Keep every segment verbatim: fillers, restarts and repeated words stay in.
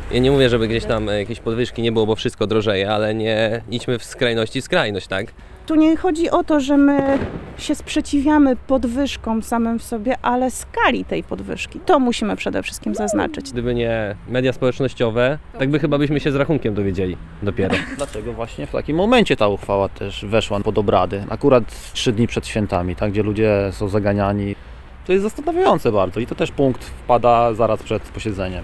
Ja nie mówię, żeby gdzieś tam jakieś podwyżki nie było, bo wszystko drożeje, ale nie idźmy w skrajności w skrajność, tak? Tu nie chodzi o to, że my się sprzeciwiamy podwyżkom samym w sobie, ale skali tej podwyżki. To musimy przede wszystkim zaznaczyć. Gdyby nie media społecznościowe, tak by chyba byśmy się z rachunkiem dowiedzieli dopiero. Dlaczego właśnie w takim momencie ta uchwała też weszła pod obrady? Akurat trzy dni przed świętami, tak, gdzie ludzie są zaganiani. To jest zastanawiające bardzo i to też punkt wpada zaraz przed posiedzeniem.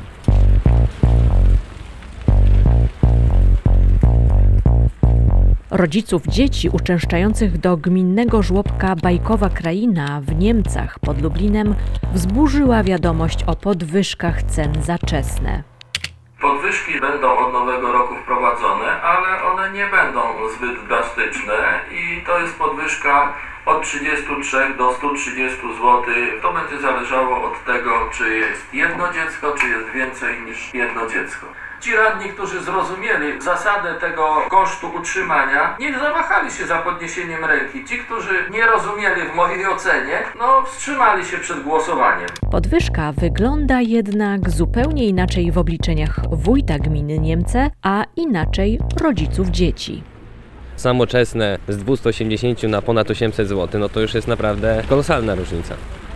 Rodziców dzieci uczęszczających do gminnego żłobka Bajkowa Kraina w Niemcach pod Lublinem wzburzyła wiadomość o podwyżkach cen za czesne. Podwyżki będą od nowego roku wprowadzone, ale one nie będą zbyt drastyczne i to jest podwyżka od trzydziestu trzech do stu trzydziestu złotych. To będzie zależało od tego, czy jest jedno dziecko, czy jest więcej niż jedno dziecko. Ci radni, którzy zrozumieli zasadę tego kosztu utrzymania, nie zawahali się za podniesieniem ręki. Ci, którzy nie rozumieli w mojej ocenie, no wstrzymali się przed głosowaniem. Podwyżka wygląda jednak zupełnie inaczej w obliczeniach wójta gminy Niemce, a inaczej rodziców dzieci. Samo czesne z dwieście osiemdziesiąt na ponad osiemset złotych, no to już jest naprawdę kolosalna różnica.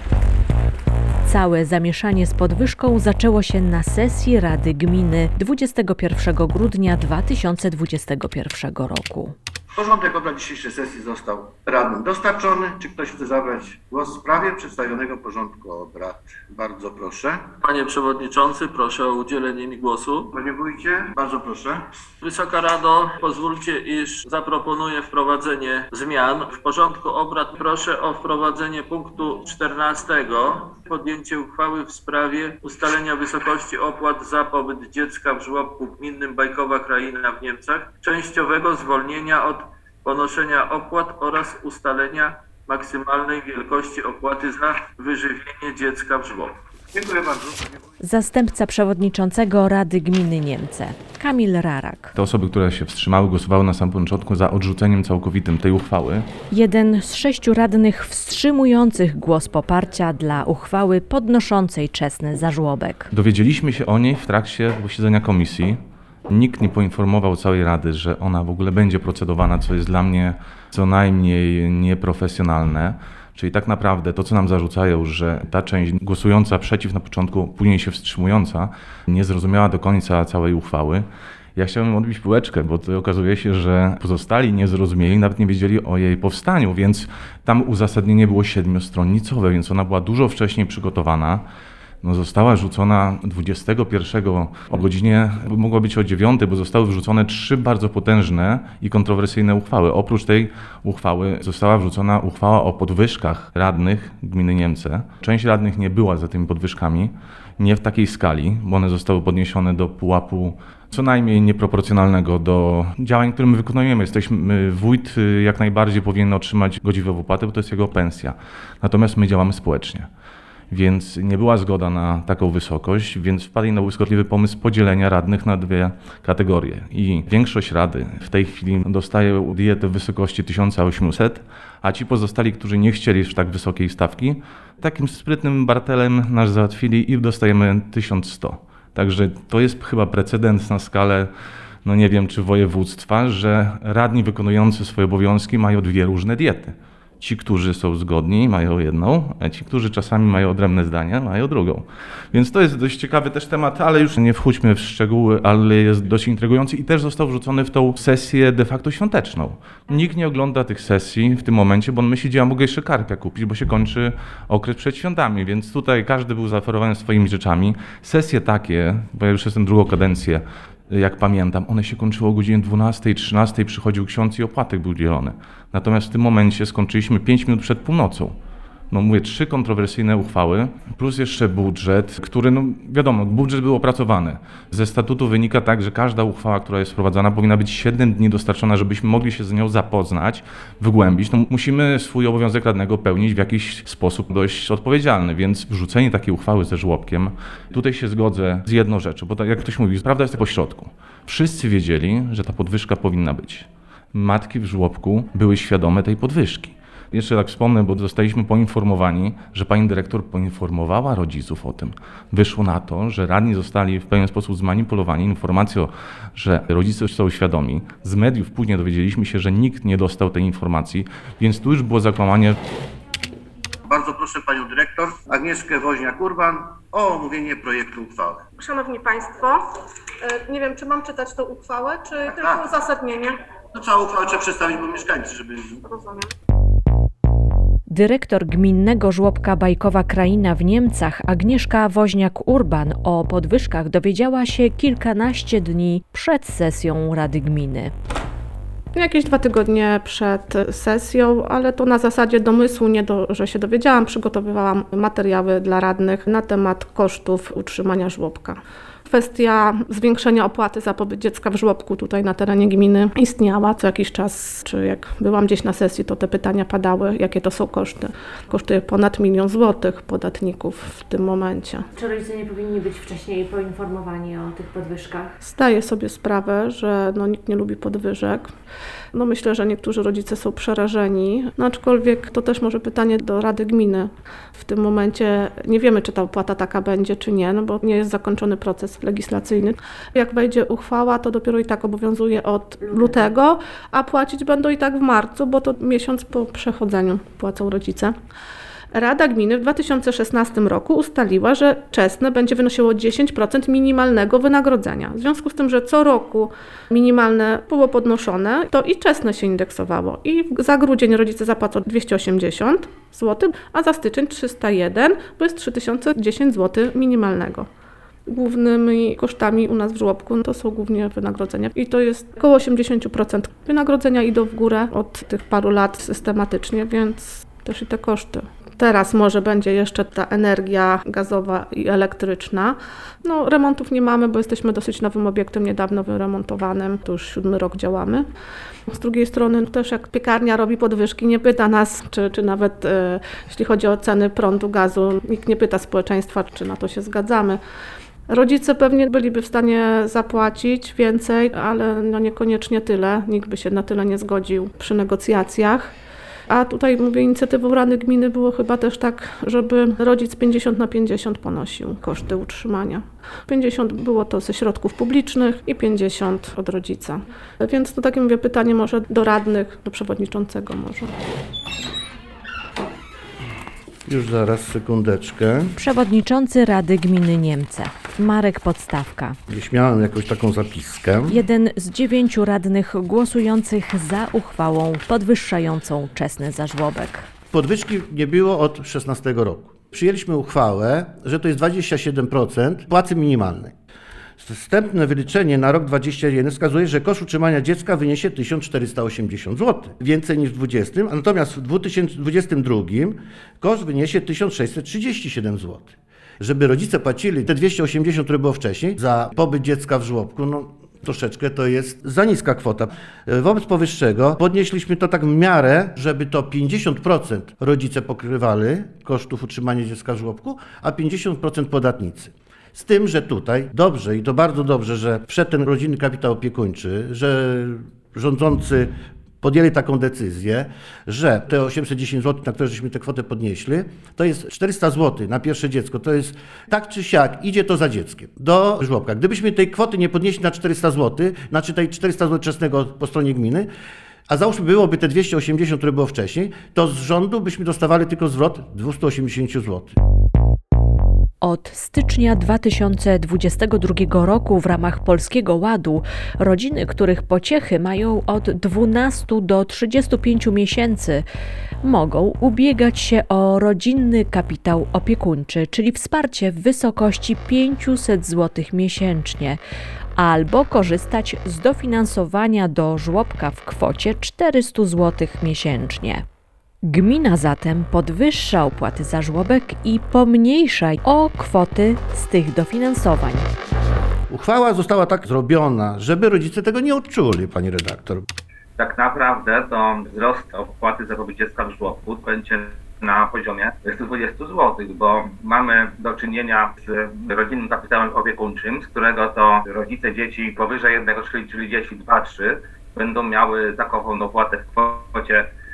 Całe zamieszanie z podwyżką zaczęło się na sesji Rady Gminy dwudziestego pierwszego grudnia dwa tysiące dwudziestego pierwszego roku. Porządek obrad dzisiejszej sesji został radnym dostarczony. Czy ktoś chce zabrać głos w sprawie przedstawionego porządku obrad? Bardzo proszę. Panie Przewodniczący, proszę o udzielenie mi głosu. Panie wójcie, bardzo proszę. Wysoka Rado, pozwólcie, iż zaproponuję wprowadzenie zmian. W porządku obrad proszę o wprowadzenie punktu czternastego. Podjęcie uchwały w sprawie ustalenia wysokości opłat za pobyt dziecka w żłobku gminnym Bajkowa Kraina w Niemcach, częściowego zwolnienia od ponoszenia opłat oraz ustalenia maksymalnej wielkości opłaty za wyżywienie dziecka w żłobku. Dziękuję bardzo. Zastępca przewodniczącego Rady Gminy Niemce, Kamil Rarak. Te osoby, które się wstrzymały, głosowały na samym początku za odrzuceniem całkowitym tej uchwały. Jeden z sześciu radnych wstrzymujących głos poparcia dla uchwały podnoszącej czesne za żłobek. Dowiedzieliśmy się o niej w trakcie posiedzenia komisji. Nikt nie poinformował całej Rady, że ona w ogóle będzie procedowana, co jest dla mnie co najmniej nieprofesjonalne. Czyli tak naprawdę to, co nam zarzucają, że ta część głosująca przeciw na początku, później się wstrzymująca, nie zrozumiała do końca całej uchwały. Ja chciałem odbić piłeczkę, bo to okazuje się, że pozostali nie zrozumieli, nawet nie wiedzieli o jej powstaniu, więc tam uzasadnienie było siedmiostronnicowe, więc ona była dużo wcześniej przygotowana. No, została rzucona dwudziestego pierwszego o godzinie, mogło być o dziewiątej, bo zostały wrzucone trzy bardzo potężne i kontrowersyjne uchwały. Oprócz tej uchwały została wrzucona uchwała o podwyżkach radnych gminy Niemce. Część radnych nie była za tymi podwyżkami, nie w takiej skali, bo one zostały podniesione do pułapu co najmniej nieproporcjonalnego do działań, które my wykonujemy. Jesteśmy, wójt jak najbardziej powinien otrzymać godziwą wypłatę, bo to jest jego pensja. Natomiast my działamy społecznie. Więc nie była zgoda na taką wysokość, więc wpadli na błyskotliwy pomysł podzielenia radnych na dwie kategorie. I większość rady w tej chwili dostaje dietę w wysokości tysiąc osiemset, a ci pozostali, którzy nie chcieli już tak wysokiej stawki, takim sprytnym bartelem nas załatwili i dostajemy tysiąc sto. Także to jest chyba precedens na skalę, no nie wiem czy województwa, że radni wykonujący swoje obowiązki mają dwie różne diety. Ci, którzy są zgodni, mają jedną, a ci, którzy czasami mają odrębne zdania, mają drugą. Więc to jest dość ciekawy też temat, ale już nie wchódźmy w szczegóły, ale jest dość intrygujący i też został wrzucony w tą sesję de facto świąteczną. Nikt nie ogląda tych sesji w tym momencie, bo on myśli, że ja mogę jeszcze karpia kupić, bo się kończy okres przed świątami, więc tutaj każdy był zaoferowany swoimi rzeczami. Sesje takie, bo ja już jestem drugą kadencję, jak pamiętam, one się kończyły o godzinie dwunastej, trzynastej, przychodził ksiądz i opłatek był dzielony. Natomiast w tym momencie skończyliśmy pięć minut przed północą. No mówię, trzy kontrowersyjne uchwały, plus jeszcze budżet, który, no wiadomo, budżet był opracowany. Ze statutu wynika tak, że każda uchwała, która jest wprowadzana, powinna być siedem dni dostarczona, żebyśmy mogli się z nią zapoznać, wygłębić. No, musimy swój obowiązek radnego pełnić w jakiś sposób dość odpowiedzialny, więc wrzucenie takiej uchwały ze żłobkiem, tutaj się zgodzę z jedną rzeczą, bo tak jak ktoś mówi, prawda jest po środku. Wszyscy wiedzieli, że ta podwyżka powinna być. Matki w żłobku były świadome tej podwyżki. Jeszcze tak wspomnę, bo zostaliśmy poinformowani, że pani dyrektor poinformowała rodziców o tym. Wyszło na to, że radni zostali w pewien sposób zmanipulowani informacją, że rodzice są świadomi. Z mediów później dowiedzieliśmy się, że nikt nie dostał tej informacji, więc tu już było zakłamanie. Bardzo proszę panią dyrektor Agnieszkę Woźniak-Urban o omówienie projektu uchwały. Szanowni Państwo, nie wiem, czy mam czytać tą uchwałę, czy tak, tylko tak. uzasadnienie? No całą uchwałę trzeba przedstawić, bo mieszkańcy, żeby... Rozumiem. Dyrektor gminnego żłobka Bajkowa Kraina w Niemcach Agnieszka Woźniak-Urban o podwyżkach dowiedziała się kilkanaście dni przed sesją Rady Gminy. Jakieś dwa tygodnie przed sesją, ale to na zasadzie domysłu, nie do, że się dowiedziałam, przygotowywałam materiały dla radnych na temat kosztów utrzymania żłobka. Kwestia zwiększenia opłaty za pobyt dziecka w żłobku tutaj na terenie gminy istniała co jakiś czas, czy jak byłam gdzieś na sesji, to te pytania padały, jakie to są koszty. Kosztuje ponad milion złotych podatników w tym momencie. Czy rodzice nie powinni być wcześniej poinformowani o tych podwyżkach? Zdaję sobie sprawę, że no, nikt nie lubi podwyżek. No, myślę, że niektórzy rodzice są przerażeni, no, aczkolwiek to też może pytanie do Rady Gminy. W tym momencie nie wiemy, czy ta opłata taka będzie, czy nie, no bo nie jest zakończony proces legislacyjny. Jak wejdzie uchwała, to dopiero i tak obowiązuje od lutego, a płacić będą i tak w marcu, bo to miesiąc po przechodzeniu płacą rodzice. Rada Gminy w dwa tysiące szesnastym roku ustaliła, że czesne będzie wynosiło dziesięć procent minimalnego wynagrodzenia. W związku z tym, że co roku minimalne było podnoszone, to i czesne się indeksowało. I za grudzień rodzice zapłacą dwieście osiemdziesiąt złotych, a za styczeń trzysta jeden, bo jest trzy tysiące dziesięć złotych minimalnego. Głównymi kosztami u nas w żłobku to są głównie wynagrodzenia i to jest około osiemdziesiąt procent. Wynagrodzenia idą w górę od tych paru lat systematycznie, więc też i te koszty. Teraz może będzie jeszcze ta energia gazowa i elektryczna. No, remontów nie mamy, bo jesteśmy dosyć nowym obiektem, niedawno wyremontowanym. To już siódmy rok działamy. Z drugiej strony też jak piekarnia robi podwyżki, nie pyta nas, czy, czy nawet e, jeśli chodzi o ceny prądu, gazu, nikt nie pyta społeczeństwa, czy na to się zgadzamy. Rodzice pewnie byliby w stanie zapłacić więcej, ale no niekoniecznie tyle. Nikt by się na tyle nie zgodził przy negocjacjach. A tutaj, mówię, inicjatywą Rady Gminy było chyba też tak, żeby rodzic pięćdziesiąt na pięćdziesiąt ponosił koszty utrzymania. pięćdziesiąt było to ze środków publicznych i pięćdziesiąt od rodzica. Więc to takie, mówię, pytanie może do radnych, do przewodniczącego może. Już zaraz, sekundeczkę. Przewodniczący Rady Gminy Niemce Marek Podstawka. Gdzieś miałem jakąś taką zapiskę. Jeden z dziewięciu radnych głosujących za uchwałą podwyższającą czesny za żłobek. Podwyżki nie było od szesnastego roku. Przyjęliśmy uchwałę, że to jest dwadzieścia siedem procent płacy minimalnej. Wstępne wyliczenie na rok dwudziesty pierwszy wskazuje, że koszt utrzymania dziecka wyniesie tysiąc czterysta osiemdziesiąt złotych, więcej niż w dwudziestym, a natomiast w dwa tysiące dwudziestym drugim koszt wyniesie tysiąc sześćset trzydzieści siedem złotych. Żeby rodzice płacili te dwieście osiemdziesiąt, które było wcześniej, za pobyt dziecka w żłobku, no troszeczkę to jest za niska kwota. Wobec powyższego podnieśliśmy to tak w miarę, żeby to pięćdziesiąt procent rodzice pokrywali kosztów utrzymania dziecka w żłobku, a pięćdziesiąt procent podatnicy. Z tym, że tutaj dobrze i to bardzo dobrze, że wszedł ten rodzinny kapitał opiekuńczy, że rządzący podjęli taką decyzję, że te osiemset dziesięć złotych, na które żeśmy tę kwotę podnieśli, to jest czterysta złotych na pierwsze dziecko, to jest tak czy siak, idzie to za dzieckiem do żłobka. Gdybyśmy tej kwoty nie podnieśli na czterysta złotych, znaczy tej czterysta złotych czesnego po stronie gminy, a załóżmy byłoby te dwieście osiemdziesiąt, które było wcześniej, to z rządu byśmy dostawali tylko zwrot dwieście osiemdziesiąt złotych. Od stycznia dwa tysiące dwudziestego drugiego roku w ramach Polskiego Ładu rodziny, których pociechy mają od dwunastu do trzydziestu pięciu miesięcy, mogą ubiegać się o rodzinny kapitał opiekuńczy, czyli wsparcie w wysokości pięćset złotych miesięcznie, albo korzystać z dofinansowania do żłobka w kwocie czterysta złotych miesięcznie. Gmina zatem podwyższa opłaty za żłobek i pomniejsza o kwoty z tych dofinansowań. Uchwała została tak zrobiona, żeby rodzice tego nie odczuli, pani redaktor. Tak naprawdę to wzrost opłaty za pobyt dziecka w żłobku będzie na poziomie stu dwudziestu złotych, bo mamy do czynienia z rodzinnym kapitałem opiekuńczym, z którego to rodzice dzieci powyżej jednego, czyli, czyli dzieci dwa trzy, będą miały taką opłatę w kwocie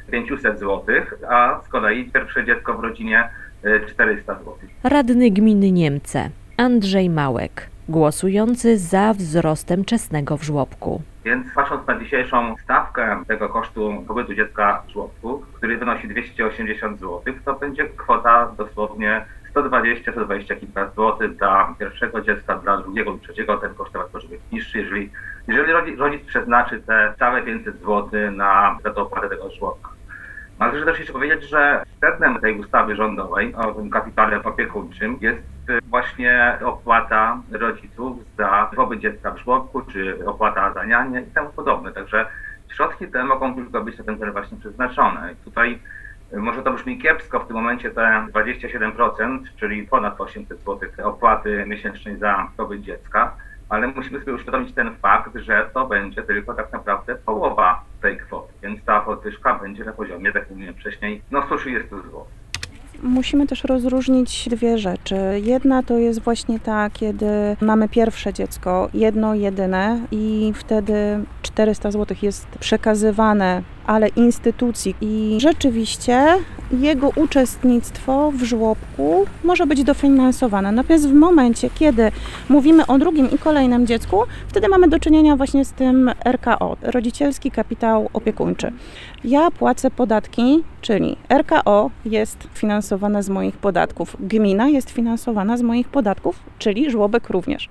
pięćset złotych, a z kolei pierwsze dziecko w rodzinie czterysta złotych. Radny gminy Niemce Andrzej Małek, głosujący za wzrostem czesnego w żłobku. Więc patrząc na dzisiejszą stawkę tego kosztu pobytu dziecka w żłobku, który wynosi dwieście osiemdziesiąt złotych, to będzie kwota dosłownie sto dwadzieścia do stu dwudziestu kilka złotych dla pierwszego dziecka, dla drugiego lub trzeciego. Ten koszt może być niższy, jeżeli, jeżeli rodzic przeznaczy te całe pięćset złotych na, na to opłatę tego żłobka. Należy też jeszcze powiedzieć, że sednem tej ustawy rządowej o tym kapitale opiekuńczym jest właśnie opłata rodziców za pobyt dziecka w żłobku, czy opłata za nianię i temu podobne. Także środki te mogą tylko być na ten cel właśnie przeznaczone. I tutaj może to brzmi kiepsko w tym momencie te dwadzieścia siedem procent, czyli ponad osiemset złotych opłaty miesięcznej za pobyt dziecka, ale musimy sobie uświadomić ten fakt, że to będzie tylko tak naprawdę połowa tej kwoty, więc ta podwyżka będzie na poziomie, tak jak mówiłem wcześniej, no sto trzydzieści złotych. Musimy też rozróżnić dwie rzeczy. Jedna to jest właśnie ta, kiedy mamy pierwsze dziecko, jedno, jedyne i wtedy czterysta złotych jest przekazywane, ale instytucji i rzeczywiście jego uczestnictwo w żłobku może być dofinansowane. Natomiast w momencie, kiedy mówimy o drugim i kolejnym dziecku, wtedy mamy do czynienia właśnie z tym R K O, rodzicielski kapitał opiekuńczy. Ja płacę podatki, czyli R K O jest finansowane z moich podatków, gmina jest finansowana z moich podatków, czyli żłobek również.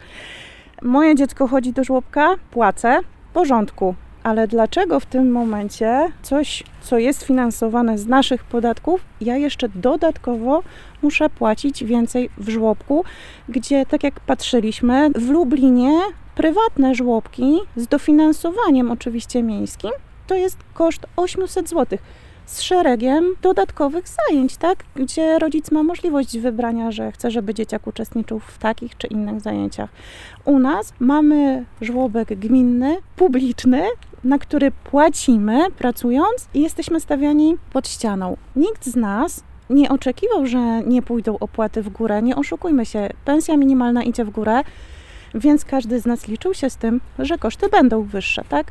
Moje dziecko chodzi do żłobka, płacę, w porządku. Ale dlaczego w tym momencie coś, co jest finansowane z naszych podatków, ja jeszcze dodatkowo muszę płacić więcej w żłobku, gdzie tak jak patrzyliśmy, w Lublinie prywatne żłobki z dofinansowaniem oczywiście miejskim, to jest koszt osiemset złotych. Z szeregiem dodatkowych zajęć, tak? Gdzie rodzic ma możliwość wybrania, że chce, żeby dzieciak uczestniczył w takich czy innych zajęciach. U nas mamy żłobek gminny, publiczny, na który płacimy pracując i jesteśmy stawiani pod ścianą. Nikt z nas nie oczekiwał, że nie pójdą opłaty w górę. Nie oszukujmy się, pensja minimalna idzie w górę, więc każdy z nas liczył się z tym, że koszty będą wyższe, tak?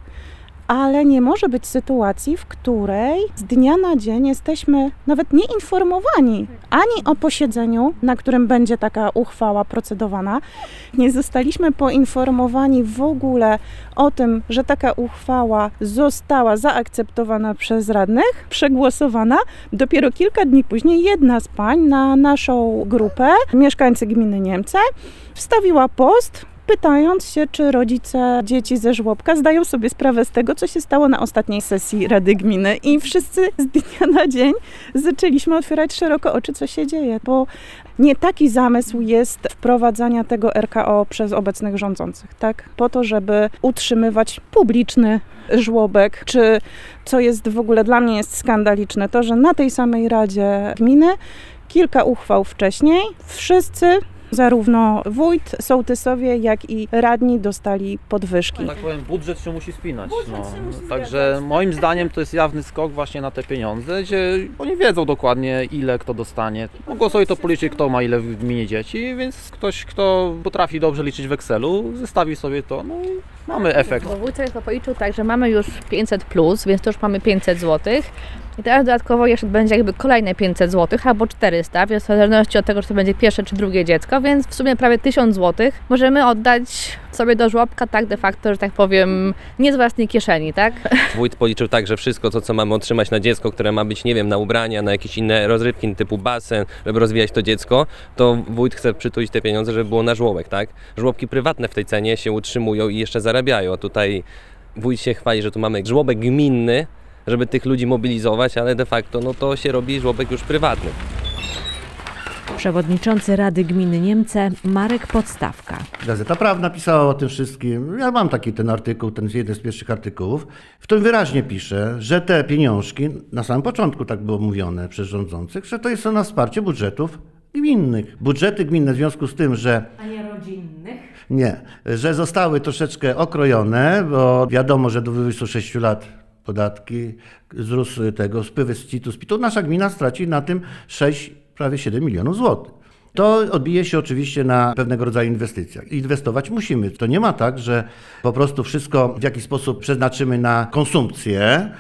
Ale nie może być sytuacji, w której z dnia na dzień jesteśmy nawet nie informowani ani o posiedzeniu, na którym będzie taka uchwała procedowana. Nie zostaliśmy poinformowani w ogóle o tym, że taka uchwała została zaakceptowana przez radnych, przegłosowana. Dopiero kilka dni później jedna z pań na naszą grupę, mieszkańcy gminy Niemce, wstawiła post, pytając się, czy rodzice dzieci ze żłobka zdają sobie sprawę z tego, co się stało na ostatniej sesji Rady Gminy. I wszyscy z dnia na dzień zaczęliśmy otwierać szeroko oczy, co się dzieje, bo nie taki zamysł jest wprowadzania tego R K O przez obecnych rządzących, tak? Po to, żeby utrzymywać publiczny żłobek, czy co jest w ogóle dla mnie jest skandaliczne, to, że na tej samej Radzie Gminy kilka uchwał wcześniej wszyscy, zarówno wójt, sołtysowie, jak i radni dostali podwyżki. Tak powiem, budżet się musi spinać. Budżet No. się musi Także zgadzać. moim zdaniem to jest jawny skok właśnie na te pieniądze, gdzie oni wiedzą dokładnie, ile kto dostanie. Mogą sobie to policzyć, kto ma ile w gminie dzieci, więc ktoś, kto potrafi dobrze liczyć w Excelu, zestawi sobie to, no i mamy efekt. Bo wójt sobie to policzył tak, że mamy już pięćset plus, więc to już mamy pięćset złotych. I teraz dodatkowo jeszcze będzie jakby kolejne pięćset złotych albo czterysta, więc w zależności od tego, czy to będzie pierwsze czy drugie dziecko, więc w sumie prawie tysiąc złotych możemy oddać sobie do żłobka tak de facto, że tak powiem, nie z własnej kieszeni, tak? Wójt policzył tak, że wszystko to, co mamy otrzymać na dziecko, które ma być, nie wiem, na ubrania, na jakieś inne rozrywki typu basen, żeby rozwijać to dziecko, to wójt chce przytulić te pieniądze, żeby było na żłobek, tak? Żłobki prywatne w tej cenie się utrzymują i jeszcze zarabiają, a tutaj wójt się chwali, że tu mamy żłobek gminny, żeby tych ludzi mobilizować, ale de facto no to się robi żłobek już prywatny. Przewodniczący Rady Gminy Niemce Marek Podstawka. Gazeta Prawna pisała o tym wszystkim. Ja mam taki ten artykuł, ten jeden z pierwszych artykułów, w którym wyraźnie pisze, że te pieniążki, na samym początku tak było mówione przez rządzących, że to jest na wsparcie budżetów gminnych. Budżety gminne w związku z tym, że... A nie rodzinnych? Nie, że zostały troszeczkę okrojone, bo wiadomo, że do dwudziestu sześciu lat podatki, wzrósł tego, spływy z C I T U, z P I T U. Nasza gmina straci na tym sześć, prawie siedem milionów złotych. To odbije się oczywiście na pewnego rodzaju inwestycjach. Inwestować musimy. To nie ma tak, że po prostu wszystko w jakiś sposób przeznaczymy na konsumpcję,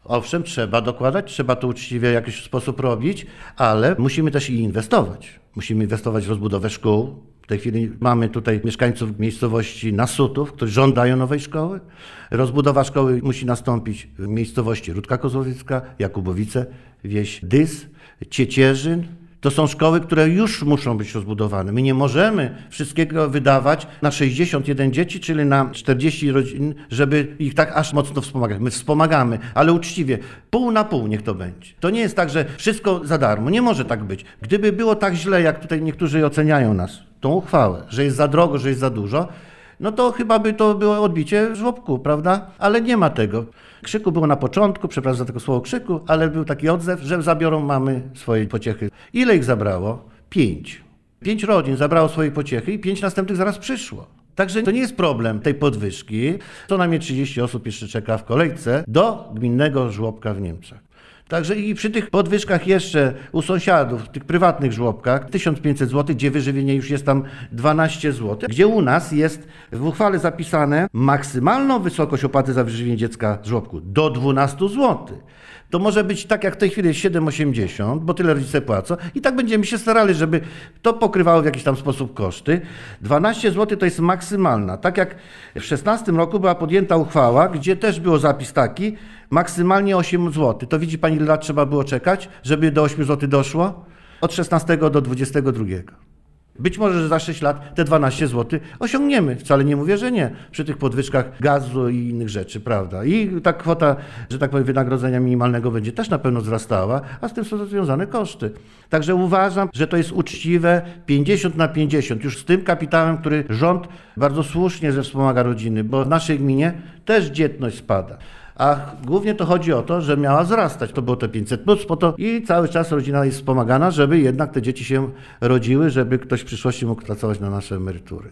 Owszem, trzeba dokładać, trzeba to uczciwie w jakiś sposób robić, ale musimy też i inwestować. Musimy inwestować w rozbudowę szkół. W tej chwili mamy tutaj mieszkańców miejscowości Nasutów, którzy żądają nowej szkoły. Rozbudowa szkoły musi nastąpić w miejscowości Rudka Kozłowiecka, Jakubowice, wieś Dys, Ciecierzyn. To są szkoły, które już muszą być rozbudowane. My nie możemy wszystkiego wydawać na sześćdziesiąt jeden dzieci, czyli na czterdzieści rodzin, żeby ich tak aż mocno wspomagać. My wspomagamy, ale uczciwie, pół na pół niech to będzie. To nie jest tak, że wszystko za darmo. Nie może tak być. Gdyby było tak źle, jak tutaj niektórzy oceniają nas, tą uchwałę, że jest za drogo, że jest za dużo, no to chyba by to było odbicie żłobku, prawda? Ale nie ma tego. Krzyku było na początku, przepraszam za tego słowo krzyku, ale był taki odzew, że zabiorą mamy swoje pociechy. Ile ich zabrało? Pięć. Pięć rodzin zabrało swoje pociechy i pięć następnych zaraz przyszło. Także to nie jest problem tej podwyżki. Co najmniej trzydzieści osób jeszcze czeka w kolejce do gminnego żłobka w Niemczech. Także i przy tych podwyżkach jeszcze u sąsiadów, w tych prywatnych żłobkach, tysiąc pięćset złotych, gdzie wyżywienie już jest tam dwanaście złotych, gdzie u nas jest w uchwale zapisane maksymalną wysokość opłaty za wyżywienie dziecka w żłobku do dwanaście złotych. To może być tak jak w tej chwili jest siedem osiemdziesiąt, bo tyle rodzice płacą i tak będziemy się starali, żeby to pokrywało w jakiś tam sposób koszty. dwanaście złotych to jest maksymalna. Tak jak w szesnastym roku była podjęta uchwała, gdzie też było zapis taki, maksymalnie osiem złotych. To widzi pani, ile lat trzeba było czekać, żeby do ośmiu złotych doszło? Od szesnastego do dwudziestego drugiego. Być może, że za sześć lat te dwanaście złotych osiągniemy. Wcale nie mówię, że nie. Przy tych podwyżkach gazu i innych rzeczy, prawda? I ta kwota, że tak powiem, wynagrodzenia minimalnego będzie też na pewno wzrastała, a z tym są związane koszty. Także uważam, że to jest uczciwe pięćdziesiąt na pięćdziesiąt. Już z tym kapitałem, który rząd bardzo słusznie że wspomaga rodziny, bo w naszej gminie też dzietność spada. A głównie to chodzi o to, że miała wzrastać. To było te pięćset plus po to i cały czas rodzina jest wspomagana, żeby jednak te dzieci się rodziły, żeby ktoś w przyszłości mógł pracować na nasze emerytury.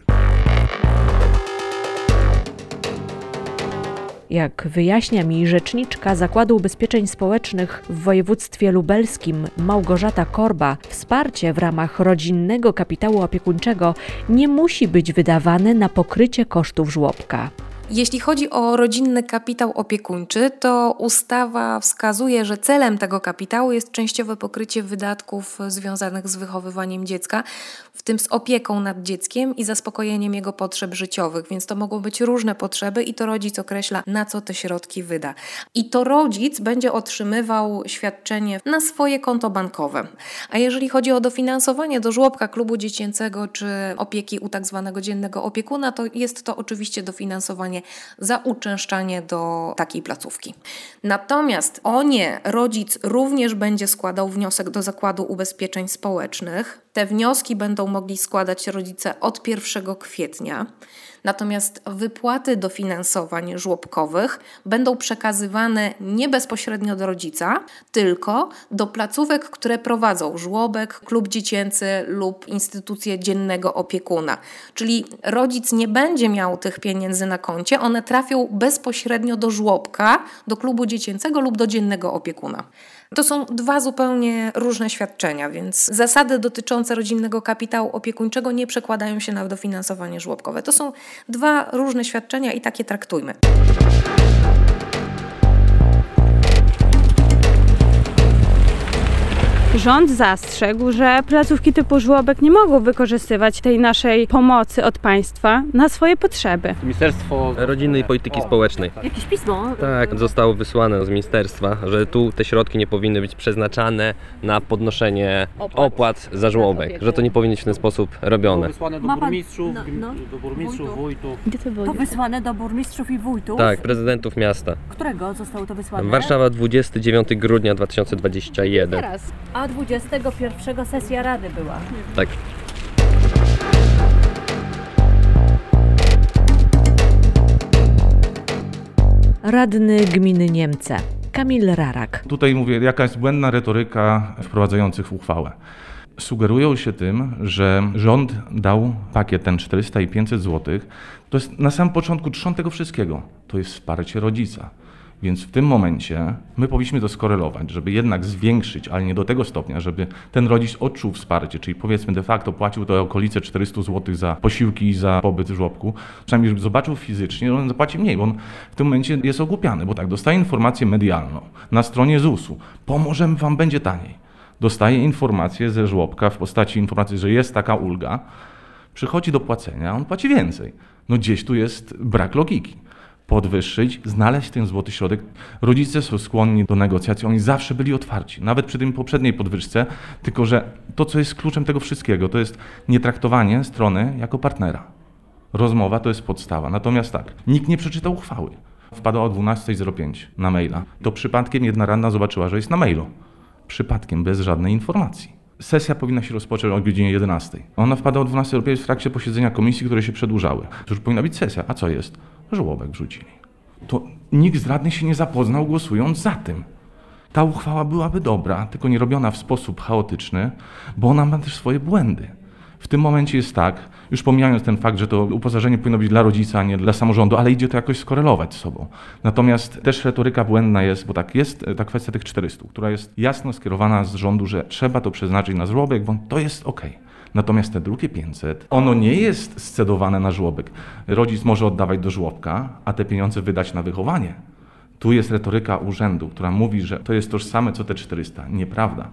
Jak wyjaśnia mi rzeczniczka Zakładu Ubezpieczeń Społecznych w województwie lubelskim Małgorzata Korba, wsparcie w ramach rodzinnego kapitału opiekuńczego nie musi być wydawane na pokrycie kosztów żłobka. Jeśli chodzi o rodzinny kapitał opiekuńczy, to ustawa wskazuje, że celem tego kapitału jest częściowe pokrycie wydatków związanych z wychowywaniem dziecka, w tym z opieką nad dzieckiem i zaspokojeniem jego potrzeb życiowych, więc to mogą być różne potrzeby i to rodzic określa, na co te środki wyda. I to rodzic będzie otrzymywał świadczenie na swoje konto bankowe. A jeżeli chodzi o dofinansowanie do żłobka, klubu dziecięcego czy opieki u tak zwanego dziennego opiekuna, to jest to oczywiście dofinansowanie za uczęszczanie do takiej placówki. Natomiast o nie, rodzic również będzie składał wniosek do Zakładu Ubezpieczeń Społecznych. Te wnioski będą mogli składać rodzice od pierwszego kwietnia. Natomiast wypłaty dofinansowań żłobkowych będą przekazywane nie bezpośrednio do rodzica, tylko do placówek, które prowadzą żłobek, klub dziecięcy lub instytucję dziennego opiekuna. Czyli rodzic nie będzie miał tych pieniędzy na koncie, one trafią bezpośrednio do żłobka, do klubu dziecięcego lub do dziennego opiekuna. To są dwa zupełnie różne świadczenia, więc zasady dotyczące rodzinnego kapitału opiekuńczego nie przekładają się na dofinansowanie żłobkowe. To są dwa różne świadczenia i takie traktujmy. Rząd zastrzegł, że placówki typu żłobek nie mogą wykorzystywać tej naszej pomocy od państwa na swoje potrzeby. Ministerstwo Rodziny i Polityki Społecznej. Jakieś pismo? Tak, zostało wysłane z ministerstwa, że tu te środki nie powinny być przeznaczane na podnoszenie opłat, opłat za żłobek, że to nie powinno być w ten sposób robione. To wysłane do Ma pan- burmistrzów, no, no. do burmistrzów, wójtów. Gdzie to było? To wysłane do burmistrzów i wójtów? Tak, prezydentów miasta. Którego zostało to wysłane? Warszawa, dwudziestego dziewiątego grudnia dwa tysiące dwudziestego pierwszego. Teraz. A dwudziestego pierwszego sesja Rady była. Tak. Radny gminy Niemce Kamil Rarak. Tutaj mówię, jakaś błędna retoryka wprowadzających uchwałę. Sugerują się tym, że rząd dał pakiet ten czterysta i pięćset złotych. To jest na samym początku trzon tego wszystkiego. To jest wsparcie rodzica. Więc w tym momencie my powinniśmy to skorelować, żeby jednak zwiększyć, ale nie do tego stopnia, żeby ten rodzic odczuł wsparcie, czyli powiedzmy de facto płacił to okolice czterysta złotych za posiłki i za pobyt w żłobku, przynajmniej żeby zobaczył fizycznie, on zapłaci mniej, bo on w tym momencie jest ogłupiany, bo tak, dostaje informację medialną na stronie zusu, pomożemy wam, będzie taniej. Dostaje informację ze żłobka w postaci informacji, że jest taka ulga, przychodzi do płacenia, on płaci więcej. No gdzieś tu jest brak logiki. Podwyższyć, znaleźć ten złoty środek. Rodzice są skłonni do negocjacji, oni zawsze byli otwarci, nawet przy tej poprzedniej podwyżce, tylko że to, co jest kluczem tego wszystkiego, to jest nietraktowanie strony jako partnera. Rozmowa to jest podstawa. Natomiast tak, nikt nie przeczytał uchwały. Wpadła o dwunasta zero pięć na maila. To przypadkiem jedna radna zobaczyła, że jest na mailu. Przypadkiem, bez żadnej informacji. Sesja powinna się rozpocząć o godzinie jedenastej. Ona wpada o dwunasta zero pięć w trakcie posiedzenia komisji, które się przedłużały. To już powinna być sesja. A co jest? Żłobek wrzucili. To nikt z radnych się nie zapoznał, głosując za tym. Ta uchwała byłaby dobra, tylko nie robiona w sposób chaotyczny, bo ona ma też swoje błędy. W tym momencie jest tak, już pomijając ten fakt, że to uposażenie powinno być dla rodzica, a nie dla samorządu, ale idzie to jakoś skorelować z sobą. Natomiast też retoryka błędna jest, bo tak, jest ta kwestia tych czterystu, która jest jasno skierowana z rządu, że trzeba to przeznaczyć na żłobek, bo to jest okej. Natomiast te drugie pięćset, ono nie jest scedowane na żłobek. Rodzic może oddawać do żłobka, a te pieniądze wydać na wychowanie. Tu jest retoryka urzędu, która mówi, że to jest tożsame co te czterysta. Nieprawda.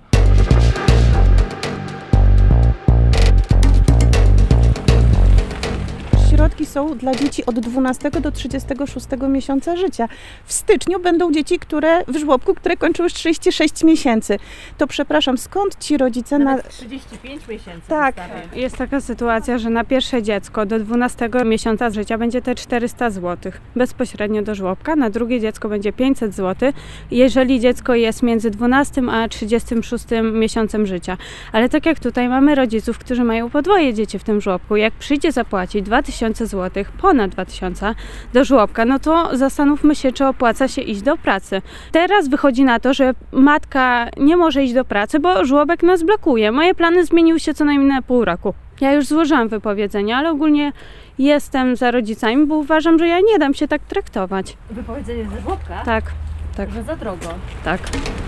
Środki są dla dzieci od dwunastego do trzydziestego szóstego miesiąca życia. W styczniu będą dzieci, które w żłobku, które kończą już trzydzieści sześć miesięcy. To przepraszam, skąd ci rodzice Nawet na... trzydzieści pięć miesięcy. Tak. Wystawię. Jest taka sytuacja, że na pierwsze dziecko do dwunastego miesiąca życia będzie te czterysta złotych bezpośrednio do żłobka, na drugie dziecko będzie pięćset złotych, jeżeli dziecko jest między dwunastym a trzydziestym szóstym miesiącem życia. Ale tak jak tutaj mamy rodziców, którzy mają podwoje dzieci w tym żłobku, jak przyjdzie zapłacić dwa tysiące złotych, ponad dwa tysiące do żłobka, no to zastanówmy się, czy opłaca się iść do pracy. Teraz wychodzi na to, że matka nie może iść do pracy, bo żłobek nas blokuje. Moje plany zmieniły się co najmniej na pół roku. Ja już złożyłam wypowiedzenie, ale ogólnie jestem za rodzicami, bo uważam, że ja nie dam się tak traktować. Wypowiedzenie ze żłobka? Tak, tak. Że za drogo. Tak.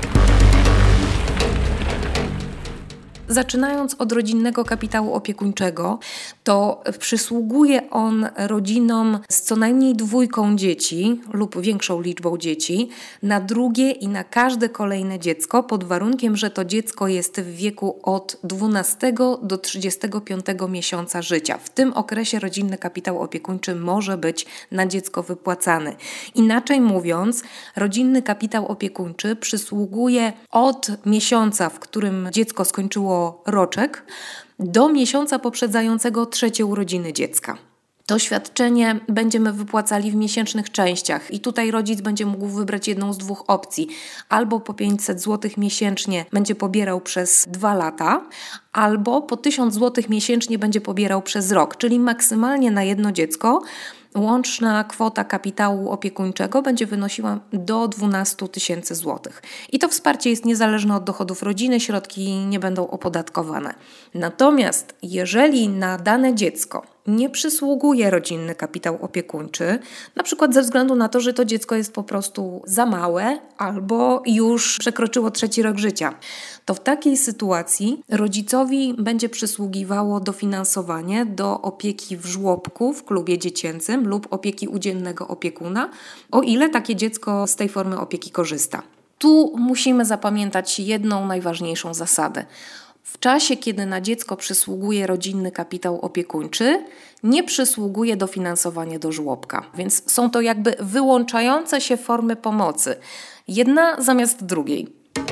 Zaczynając od rodzinnego kapitału opiekuńczego, to przysługuje on rodzinom z co najmniej dwójką dzieci lub większą liczbą dzieci na drugie i na każde kolejne dziecko pod warunkiem, że to dziecko jest w wieku od dwunastego do trzydziestego piątego miesiąca życia. W tym okresie rodzinny kapitał opiekuńczy może być na dziecko wypłacany. Inaczej mówiąc, rodzinny kapitał opiekuńczy przysługuje od miesiąca, w którym dziecko skończyło roczek, do miesiąca poprzedzającego trzecie urodziny dziecka. To świadczenie będziemy wypłacali w miesięcznych częściach i tutaj rodzic będzie mógł wybrać jedną z dwóch opcji. Albo po pięćset złotych miesięcznie będzie pobierał przez dwa lata, albo po tysiąc złotych miesięcznie będzie pobierał przez rok, czyli maksymalnie na jedno dziecko łączna kwota kapitału opiekuńczego będzie wynosiła do dwanaście tysięcy złotych. I to wsparcie jest niezależne od dochodów rodziny, środki nie będą opodatkowane. Natomiast jeżeli na dane dziecko nie przysługuje rodzinny kapitał opiekuńczy, na przykład ze względu na to, że to dziecko jest po prostu za małe albo już przekroczyło trzeci rok życia, to w takiej sytuacji rodzicowi będzie przysługiwało dofinansowanie do opieki w żłobku, w klubie dziecięcym lub opieki u dziennego opiekuna, o ile takie dziecko z tej formy opieki korzysta. Tu musimy zapamiętać jedną najważniejszą zasadę. W czasie, kiedy na dziecko przysługuje rodzinny kapitał opiekuńczy, nie przysługuje dofinansowanie do żłobka. Więc są to jakby wyłączające się formy pomocy. Jedna zamiast drugiej.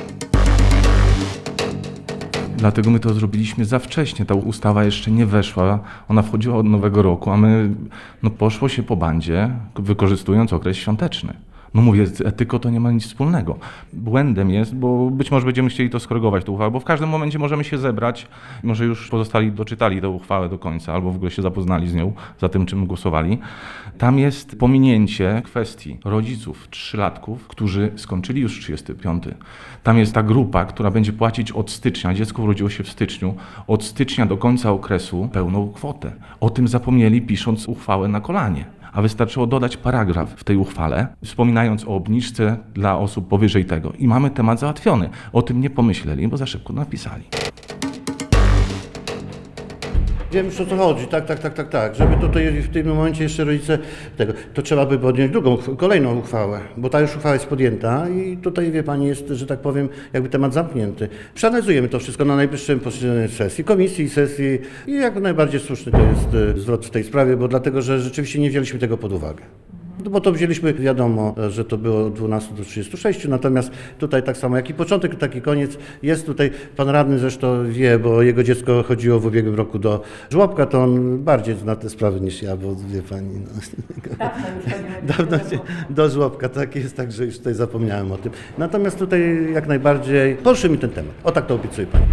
Dlatego my to zrobiliśmy za wcześnie. Ta ustawa jeszcze nie weszła, ona wchodziła od nowego roku, a my no, poszło się po bandzie, wykorzystując okres świąteczny. No mówię, z etyką to nie ma nic wspólnego. Błędem jest, bo być może będziemy chcieli to skorygować, tę uchwałę, bo w każdym momencie możemy się zebrać, może już pozostali doczytali tę uchwałę do końca, albo w ogóle się zapoznali z nią, za tym, czym głosowali. Tam jest pominięcie kwestii rodziców trzylatków, którzy skończyli już trzydziesty piąty. Tam jest ta grupa, która będzie płacić od stycznia, dziecko urodziło się w styczniu, od stycznia do końca okresu pełną kwotę. O tym zapomnieli, pisząc uchwałę na kolanie. a wystarczyło dodać paragraf w tej uchwale, wspominając o obniżce dla osób powyżej tego. I mamy temat załatwiony. O tym nie pomyśleli, bo za szybko napisali. Wiem już o co chodzi, tak, tak, tak, tak, tak. Żeby tutaj w tym momencie jeszcze rodzice tego, to trzeba by podjąć drugą, kolejną uchwałę, bo ta już uchwała jest podjęta i tutaj, wie pani, jest, że tak powiem, jakby temat zamknięty. Przeanalizujemy to wszystko na najbliższym posiedzeniu sesji, komisji, sesji i jak najbardziej słuszny to jest zwrot w tej sprawie, bo dlatego, że rzeczywiście nie wzięliśmy tego pod uwagę. No bo to wzięliśmy, wiadomo, że to było od dwunastu do trzydziestu sześciu, natomiast tutaj tak samo jak i początek, tak i koniec jest tutaj, pan radny zresztą wie, bo jego dziecko chodziło w ubiegłym roku do żłobka, to on bardziej zna te sprawy niż ja, bo wie pani, no, dawno się do żłobka, tak jest, także już tutaj zapomniałem o tym. Natomiast tutaj jak najbardziej poruszy mi ten temat, o tak to obiecuję pani.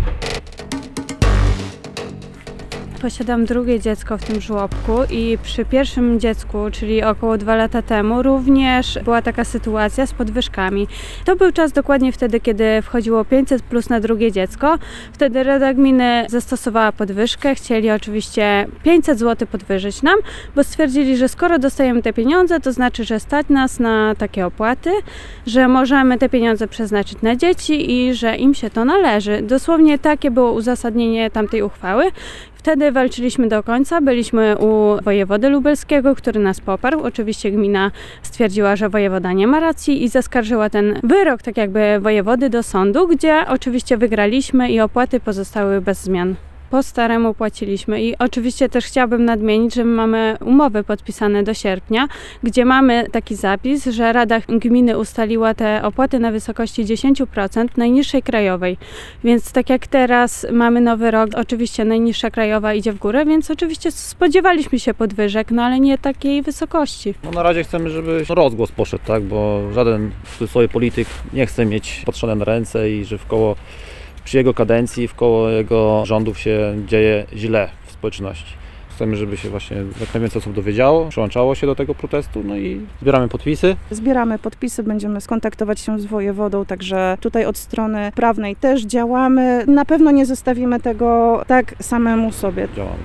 Posiadam drugie dziecko w tym żłobku i przy pierwszym dziecku, czyli około dwa lata temu, również była taka sytuacja z podwyżkami. To był czas dokładnie wtedy, kiedy wchodziło pięćset plus na drugie dziecko. Wtedy Rada Gminy zastosowała podwyżkę. Chcieli oczywiście pięćset złotych podwyżyć nam, bo stwierdzili, że skoro dostajemy te pieniądze, to znaczy, że stać nas na takie opłaty, że możemy te pieniądze przeznaczyć na dzieci i że im się to należy. Dosłownie takie było uzasadnienie tamtej uchwały. Wtedy walczyliśmy do końca, byliśmy u wojewody lubelskiego, który nas poparł. Oczywiście gmina stwierdziła, że wojewoda nie ma racji i zaskarżyła ten wyrok, tak jakby wojewody, do sądu, gdzie oczywiście wygraliśmy i opłaty pozostały bez zmian. Po staremu płaciliśmy i oczywiście też chciałabym nadmienić, że mamy umowy podpisane do sierpnia, gdzie mamy taki zapis, że Rada Gminy ustaliła te opłaty na wysokości dziesięć procent najniższej krajowej. Więc tak jak teraz mamy nowy rok, oczywiście najniższa krajowa idzie w górę, więc oczywiście spodziewaliśmy się podwyżek, no ale nie takiej wysokości. No na razie chcemy, żeby rozgłos poszedł, tak, bo żaden w cudzysłowie polityk nie chce mieć patrzone na ręce i że w koło przy jego kadencji, w koło jego rządów się dzieje źle w społeczności. Chcemy, żeby się właśnie jak najwięcej osób dowiedziało, przyłączało się do tego protestu, no i zbieramy podpisy. Zbieramy podpisy, będziemy skontaktować się z wojewodą, także tutaj od strony prawnej też działamy. Na pewno nie zostawimy tego tak samemu sobie. Działamy.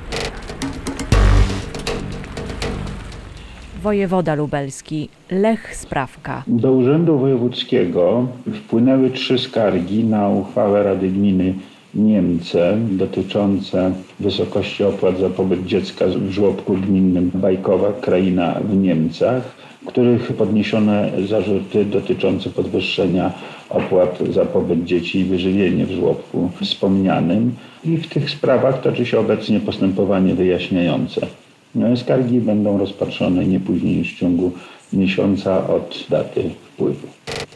Wojewoda lubelski Lech Sprawka. Do Urzędu Wojewódzkiego wpłynęły trzy skargi na uchwałę Rady Gminy Niemce dotyczące wysokości opłat za pobyt dziecka w żłobku gminnym Bajkowa, Kraina w Niemcach, w których podniesiono zarzuty dotyczące podwyższenia opłat za pobyt dzieci i wyżywienie w żłobku wspomnianym. I w tych sprawach toczy się obecnie postępowanie wyjaśniające. Skargi będą rozpatrzone nie później niż w ciągu miesiąca od daty wpływu.